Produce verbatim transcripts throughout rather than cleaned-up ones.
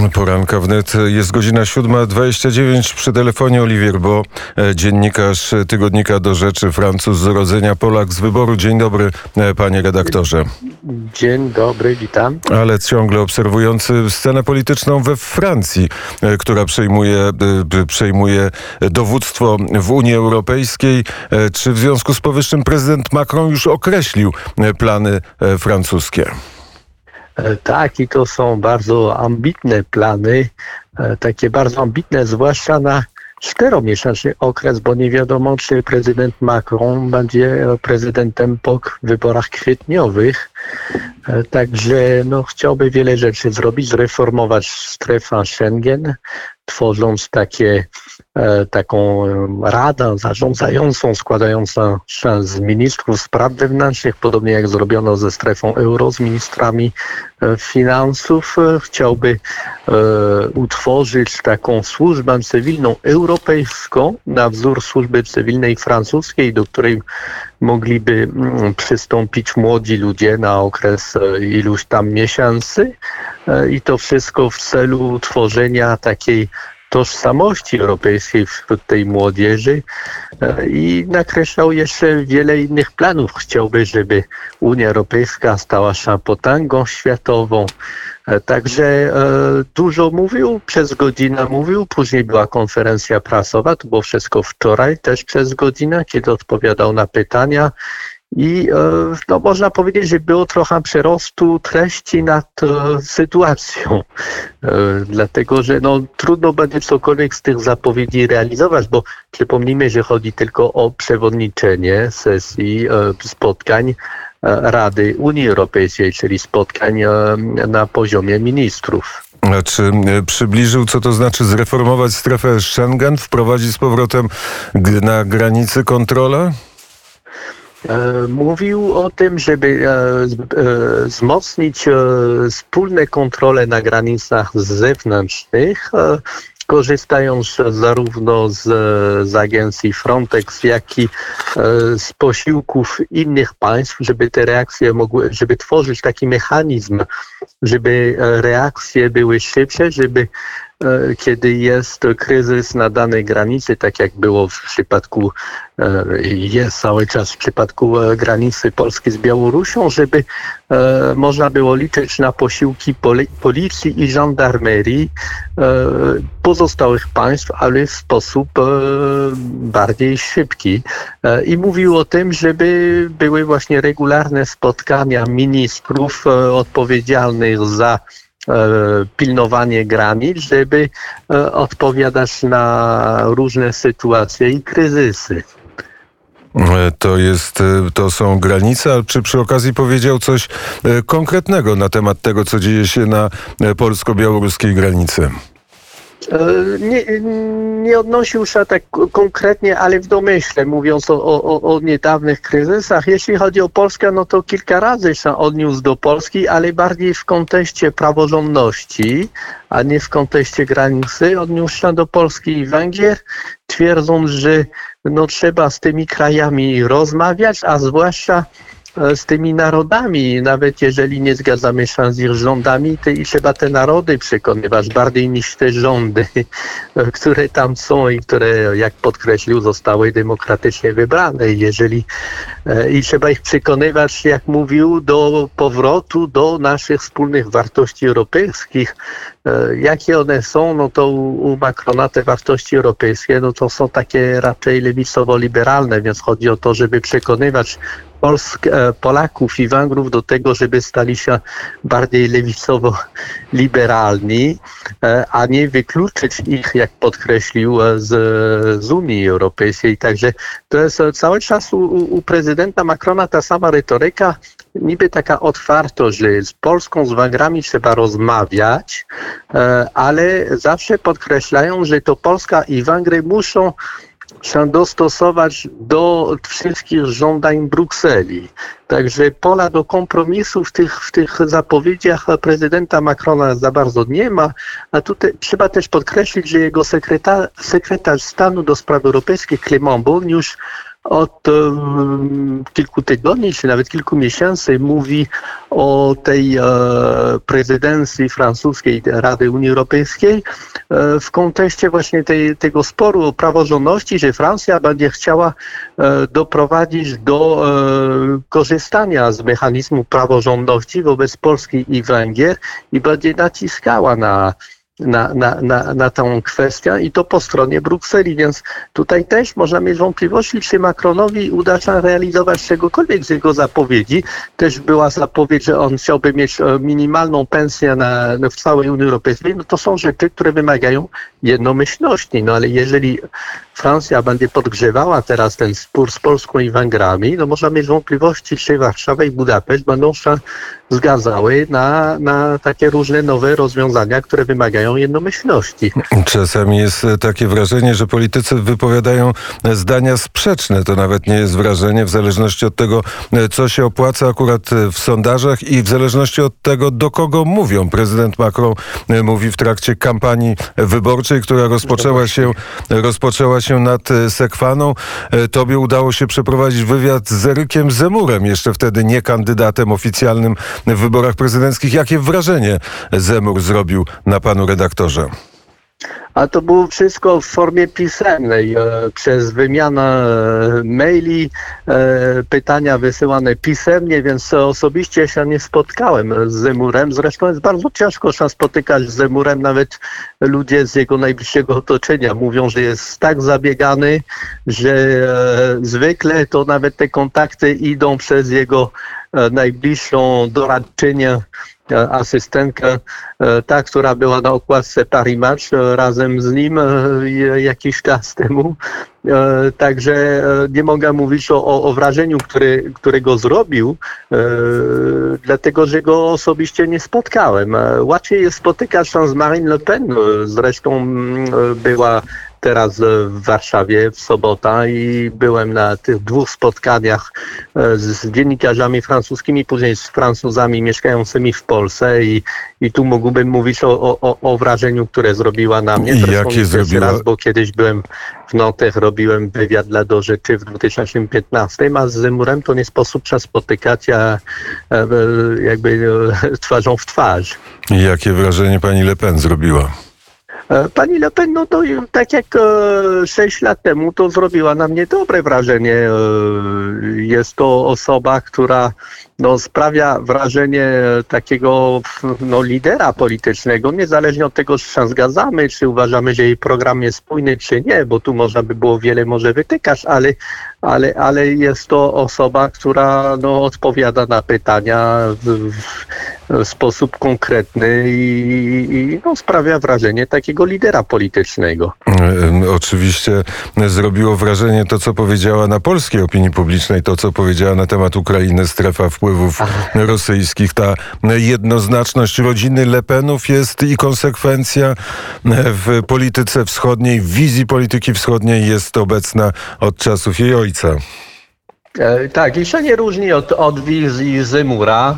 Poranka wnet. Jest godzina siódma dwadzieścia dziewięć. Przy telefonie Olivier Bo, dziennikarz tygodnika Do Rzeczy, Francuz z urodzenia, Polak z wyboru. Dzień dobry, panie redaktorze. Dzień dobry, witam. Ale ciągle obserwujący scenę polityczną we Francji, która przejmuje, przejmuje dowództwo w Unii Europejskiej. Czy w związku z powyższym prezydent Macron już określił plany francuskie? Tak, i to są bardzo ambitne plany, takie bardzo ambitne, zwłaszcza na czteromiesięczny okres, bo nie wiadomo, czy prezydent Macron będzie prezydentem po wyborach kwietniowych. Także no, chciałby wiele rzeczy zrobić, zreformować strefę Schengen, tworząc takie, e, taką radę zarządzającą, składającą się z ministrów spraw wewnętrznych, podobnie jak zrobiono ze strefą euro, z ministrami e, finansów. E, chciałby e, utworzyć taką służbę cywilną europejską na wzór służby cywilnej francuskiej, do której mogliby mm, przystąpić młodzi ludzie na okres e, iluś tam miesięcy. E, I to wszystko w celu tworzenia takiej tożsamości europejskiej wśród tej młodzieży i nakreślał jeszcze wiele innych planów. Chciałby, żeby Unia Europejska stała się potęgą światową. Także e, dużo mówił, przez godzinę mówił, później była konferencja prasowa, to było wszystko wczoraj, też przez godzinę, kiedy odpowiadał na pytania. I no, można powiedzieć, że było trochę przerostu treści nad e, sytuacją, e, dlatego że no, trudno będzie cokolwiek z tych zapowiedzi realizować, bo przypomnijmy, że chodzi tylko o przewodniczenie sesji e, spotkań e, Rady Unii Europejskiej, czyli spotkań e, na poziomie ministrów. A czy przybliżył, co to znaczy zreformować strefę Schengen, wprowadzić z powrotem na granicy kontrolę? Mówił o tym, żeby wzmocnić wspólne kontrole na granicach zewnętrznych, korzystając zarówno z, z agencji Frontex, jak i z posiłków innych państw, żeby te reakcje mogły, żeby tworzyć taki mechanizm, żeby reakcje były szybsze, żeby kiedy jest kryzys na danej granicy, tak jak było w przypadku, jest cały czas w przypadku granicy Polski z Białorusią, żeby można było liczyć na posiłki policji i żandarmerii pozostałych państw, ale w sposób bardziej szybki. I mówił o tym, żeby były właśnie regularne spotkania ministrów odpowiedzialnych za pilnowanie granic, żeby odpowiadać na różne sytuacje i kryzysy. To jest, to są granice, a czy przy okazji powiedział coś konkretnego na temat tego, co dzieje się na polsko-białoruskiej granicy? Nie, nie odnosił się tak konkretnie, ale w domyśle, mówiąc o, o, o niedawnych kryzysach. Jeśli chodzi o Polskę, no to kilka razy się odniósł do Polski, ale bardziej w kontekście praworządności, a nie w kontekście granicy. Odniósł się do Polski i Węgier, twierdząc, że no, trzeba z tymi krajami rozmawiać, a zwłaszcza z tymi narodami, nawet jeżeli nie zgadzamy się z ich rządami, to i trzeba te narody przekonywać bardziej niż te rządy, które tam są i które, jak podkreślił, zostały demokratycznie wybrane. Jeżeli, i trzeba ich przekonywać, jak mówił, do powrotu do naszych wspólnych wartości europejskich. Jakie one są, no to u, u Macrona te wartości europejskie, no to są takie raczej lewicowo-liberalne, więc chodzi o to, żeby przekonywać Polsk, Polaków i Węgrów do tego, żeby stali się bardziej lewicowo-liberalni, a nie wykluczyć ich, jak podkreślił, z, z Unii Europejskiej. Także to jest cały czas u, u prezydenta Macrona ta sama retoryka, niby taka otwartość, że z Polską, z Węgrami trzeba rozmawiać, ale zawsze podkreślają, że to Polska i Węgry muszą się dostosować do wszystkich żądań Brukseli. Także pola do kompromisu w tych, w tych zapowiedziach prezydenta Macrona za bardzo nie ma, a tutaj trzeba też podkreślić, że jego sekretarz, sekretarz stanu do spraw europejskich Clément Beaune już od um, kilku tygodni, czy nawet kilku miesięcy mówi o tej e, prezydencji francuskiej Rady Unii Europejskiej e, w kontekście właśnie tej, tego sporu o praworządności, że Francja będzie chciała e, doprowadzić do e, korzystania z mechanizmu praworządności wobec Polski i Węgier i będzie naciskała na Na, na, na, na tę kwestię i to po stronie Brukseli, więc tutaj też można mieć wątpliwości, czy Macronowi uda się realizować czegokolwiek z jego zapowiedzi. Też była zapowiedź, że on chciałby mieć minimalną pensję na, w całej Unii Europejskiej. No to są rzeczy, które wymagają jednomyślności. No ale jeżeli Francja będzie podgrzewała teraz ten spór z Polską i Węgrami, no można mieć wątpliwości, czy Warszawa i Budapeszt będą się zgadzały na, na takie różne nowe rozwiązania, które wymagają jednomyślności. Czasami jest takie wrażenie, że politycy wypowiadają zdania sprzeczne. To nawet nie jest wrażenie, w zależności od tego, co się opłaca akurat w sondażach i w zależności od tego, do kogo mówią. Prezydent Macron mówi w trakcie kampanii wyborczej, która rozpoczęła się, rozpoczęła się nad Sekwaną. Tobie udało się przeprowadzić wywiad z Erykiem Zemurem, jeszcze wtedy nie kandydatem oficjalnym w wyborach prezydenckich. Jakie wrażenie Zemur zrobił na panu redaktorze? A to było wszystko w formie pisemnej, e, przez wymianę e, maili, e, pytania wysyłane pisemnie, więc osobiście się nie spotkałem z Zemurem. Zresztą jest bardzo ciężko się spotykać z Zemurem, nawet ludzie z jego najbliższego otoczenia mówią, że jest tak zabiegany, że e, zwykle to nawet te kontakty idą przez jego e, najbliższą doradczynię, asystentkę, ta, która była na okładce Paris Match razem z nim jakiś czas temu. Także nie mogę mówić o, o, o wrażeniu, które, którego zrobił, dlatego że go osobiście nie spotkałem. Łatwiej jest spotykać się z Marine Le Pen, zresztą była teraz w Warszawie w sobotę i byłem na tych dwóch spotkaniach z dziennikarzami francuskimi, później z Francuzami mieszkającymi w Polsce i, i tu mógłbym mówić o, o, o wrażeniu, które zrobiła na mnie. I jakie zrobiła? Raz, bo kiedyś byłem w Notech, robiłem wywiad dla Do Rzeczy w dwa tysiące piętnastym, a z Zemurem to nie sposób się spotykać, a jakby twarzą w twarz. I jakie wrażenie pani Le Pen zrobiła? Pani Le Pen, no to tak jak sześć lat temu, to zrobiła na mnie dobre wrażenie. Jest to osoba, która no, sprawia wrażenie takiego no, lidera politycznego, niezależnie od tego, czy się zgadzamy, czy uważamy, że jej program jest spójny, czy nie, bo tu można by było wiele może wytykać, ale, ale, ale jest to osoba, która no, odpowiada na pytania w, w sposób konkretny i, i no, sprawia wrażenie takiego lidera politycznego. Oczywiście zrobiło wrażenie to, co powiedziała na polskiej opinii publicznej, to, co powiedziała na temat Ukrainy, strefa wpływów Aha. rosyjskich. Ta jednoznaczność rodziny Le Penów jest i konsekwencja w polityce wschodniej, w wizji polityki wschodniej jest obecna od czasów jej ojca. E, tak, i się nie różni od, od wizji Zemura.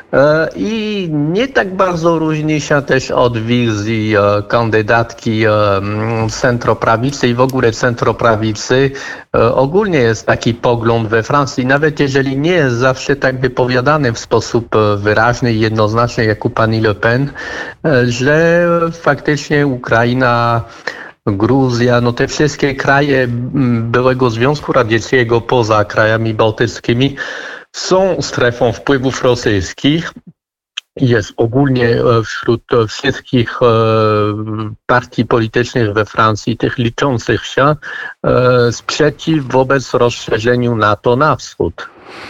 I nie tak bardzo różni się też od wizji kandydatki centroprawicy i w ogóle centroprawicy. Ogólnie jest taki pogląd we Francji, nawet jeżeli nie jest zawsze tak wypowiadany w sposób wyraźny i jednoznaczny jak u pani Le Pen, że faktycznie Ukraina, Gruzja, no te wszystkie kraje byłego Związku Radzieckiego poza krajami bałtyckimi są strefą wpływów rosyjskich. Jest ogólnie wśród wszystkich partii politycznych we Francji, tych liczących się, sprzeciw wobec rozszerzeniu NATO na wschód.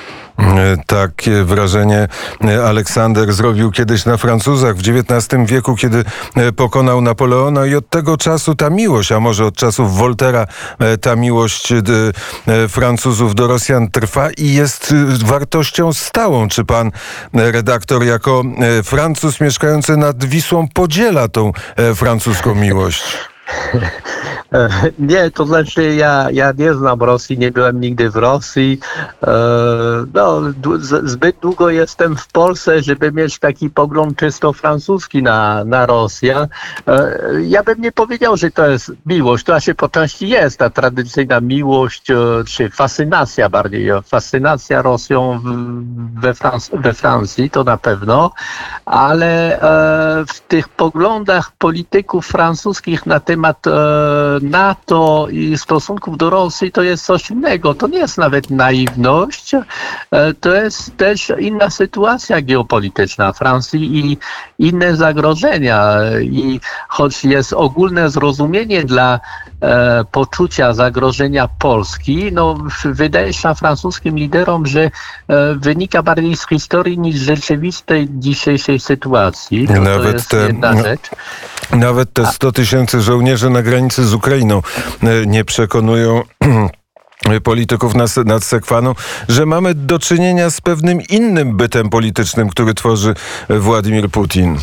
Takie wrażenie Aleksander zrobił kiedyś na Francuzach w dziewiętnastym wieku, kiedy pokonał Napoleona i od tego czasu ta miłość, a może od czasów Woltera ta miłość Francuzów do Rosjan trwa i jest wartością stałą. Czy pan redaktor jako Francuz mieszkający nad Wisłą podziela tą francuską miłość? Nie, to znaczy ja, ja nie znam Rosji, nie byłem nigdy w Rosji. No, zbyt długo jestem w Polsce, żeby mieć taki pogląd czysto francuski na, na Rosję. Ja bym nie powiedział, że to jest miłość. To się po części jest ta tradycyjna miłość, czy fascynacja bardziej. Fascynacja Rosją we, Franc- we Francji, to na pewno, ale w tych poglądach polityków francuskich na temat NATO i stosunków do Rosji to jest coś innego. To nie jest nawet naiwność, to jest też inna sytuacja geopolityczna Francji i inne zagrożenia. I choć jest ogólne zrozumienie dla e, poczucia zagrożenia Polski, no wydaje się francuskim liderom, że e, wynika bardziej z historii niż z rzeczywistej dzisiejszej sytuacji. To, nawet to jest te, jedna rzecz. Nawet te sto tysięcy żołnierzy na granicy z Ukrainą nie przekonują polityków nad, nad Sekwaną, że mamy do czynienia z pewnym innym bytem politycznym, który tworzy Władimir Putin.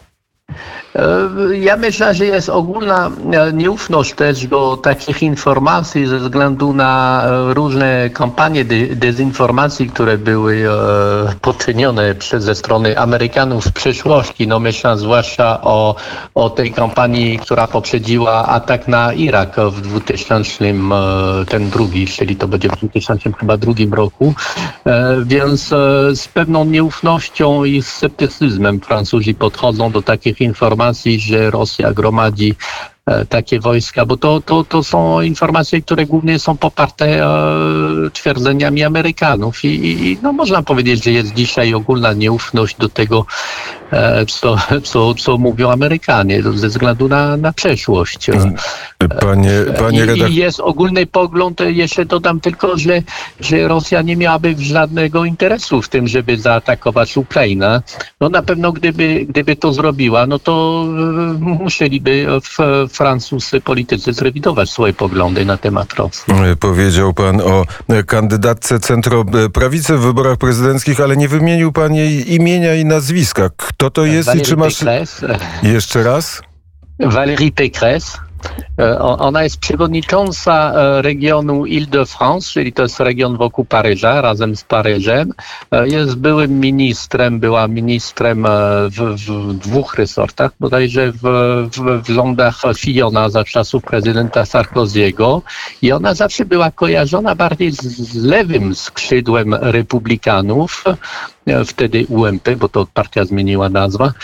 Ja myślę, że jest ogólna nieufność też do takich informacji ze względu na różne kampanie de- dezinformacji, które były poczynione przez, ze strony Amerykanów w przeszłości. No myślę zwłaszcza o, o tej kampanii, która poprzedziła atak na Irak w dwutysięcznym, ten drugi, czyli to będzie w dwutysięcznym chyba drugim roku. Więc z pewną nieufnością i sceptycyzmem Francuzi podchodzą do takich informacji, że Rosja gromadzi e, takie wojska, bo to, to, to są informacje, które głównie są poparte e, twierdzeniami Amerykanów. I, i no, można powiedzieć, że jest dzisiaj ogólna nieufność do tego, e, co, co, co mówią Amerykanie, ze względu na, na przeszłość. Panie, panie redaktor... I, I jest ogólny pogląd, jeszcze dodam tylko, że, że Rosja nie miałaby żadnego interesu w tym, żeby zaatakować Ukrainę. No na pewno gdyby, gdyby to zrobiła, no to musieliby w, francuscy politycy zrewidować swoje poglądy na temat Rosji. Powiedział pan o kandydatce centroprawicy w wyborach prezydenckich, ale nie wymienił pan jej imienia i nazwiska. Kto to jest Valérie i czy masz... Pécresse. Jeszcze raz? Valérie Pécresse. Ona jest przewodnicząca regionu Île-de-France, czyli to jest region wokół Paryża, razem z Paryżem. Jest byłym ministrem, była ministrem w, w dwóch resortach, bodajże w, w, w rządach Fillona za czasów prezydenta Sarkozy'ego. I ona zawsze była kojarzona bardziej z, z lewym skrzydłem republikanów, wtedy U M P, bo to partia zmieniła nazwę.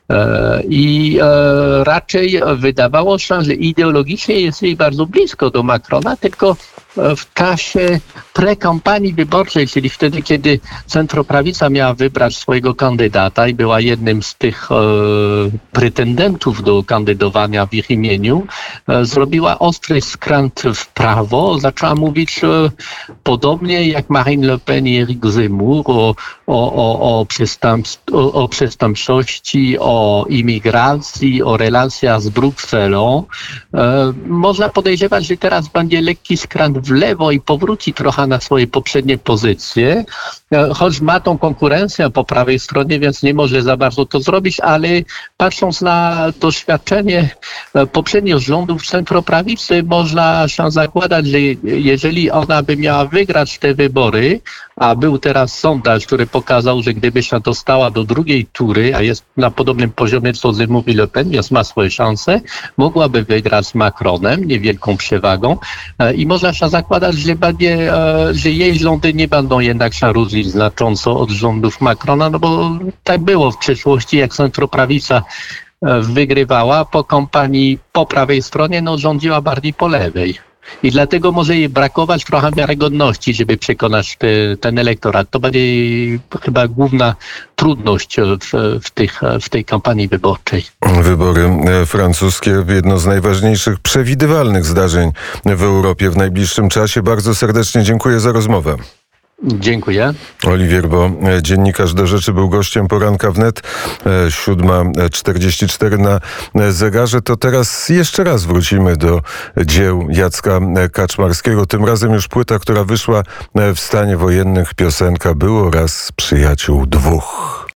I raczej wydawało się, że ideologicznie jest jej bardzo blisko do Macrona, tylko w czasie prekampanii wyborczej, czyli wtedy, kiedy centroprawica miała wybrać swojego kandydata i była jednym z tych e, pretendentów do kandydowania w ich imieniu, e, zrobiła ostry skręt w prawo, zaczęła mówić e, podobnie jak Marine Le Pen i Éric Zemmour o, o, o, o, przestępstw, o, o przestępczości, o imigracji, o relacjach z Brukselą. E, można podejrzewać, że teraz będzie lekki skręt w lewo i powróci trochę na swoje poprzednie pozycje, choć ma tą konkurencję po prawej stronie, więc nie może za bardzo to zrobić, ale patrząc na doświadczenie poprzednich rządów centroprawicy, można się zakładać, że jeżeli ona by miała wygrać te wybory, a był teraz sondaż, który pokazał, że gdyby się dostała do drugiej tury, a jest na podobnym poziomie co Zemmour i Le Pen, więc ma swoje szanse, mogłaby wygrać z Macronem, niewielką przewagą i można się zakładać, że, będzie, że jej rządy nie będą jednak się różnić znacząco od rządów Macrona, no bo tak było w przeszłości, jak centroprawica wygrywała po kampanii po prawej stronie, no rządziła bardziej po lewej. I dlatego może jej brakować trochę wiarygodności, żeby przekonać te, ten elektorat. To będzie chyba główna trudność w, w, tych, w tej kampanii wyborczej. Wybory francuskie, jedno z najważniejszych przewidywalnych zdarzeń w Europie w najbliższym czasie. Bardzo serdecznie dziękuję za rozmowę. Dziękuję. Oliwier Bo, dziennikarz Do Rzeczy, był gościem poranka wnet. siódma czterdzieści cztery na zegarze. To teraz jeszcze raz wrócimy do dzieł Jacka Kaczmarskiego. Tym razem już płyta, która wyszła w stanie wojennych. Piosenka Było raz przyjaciół dwóch.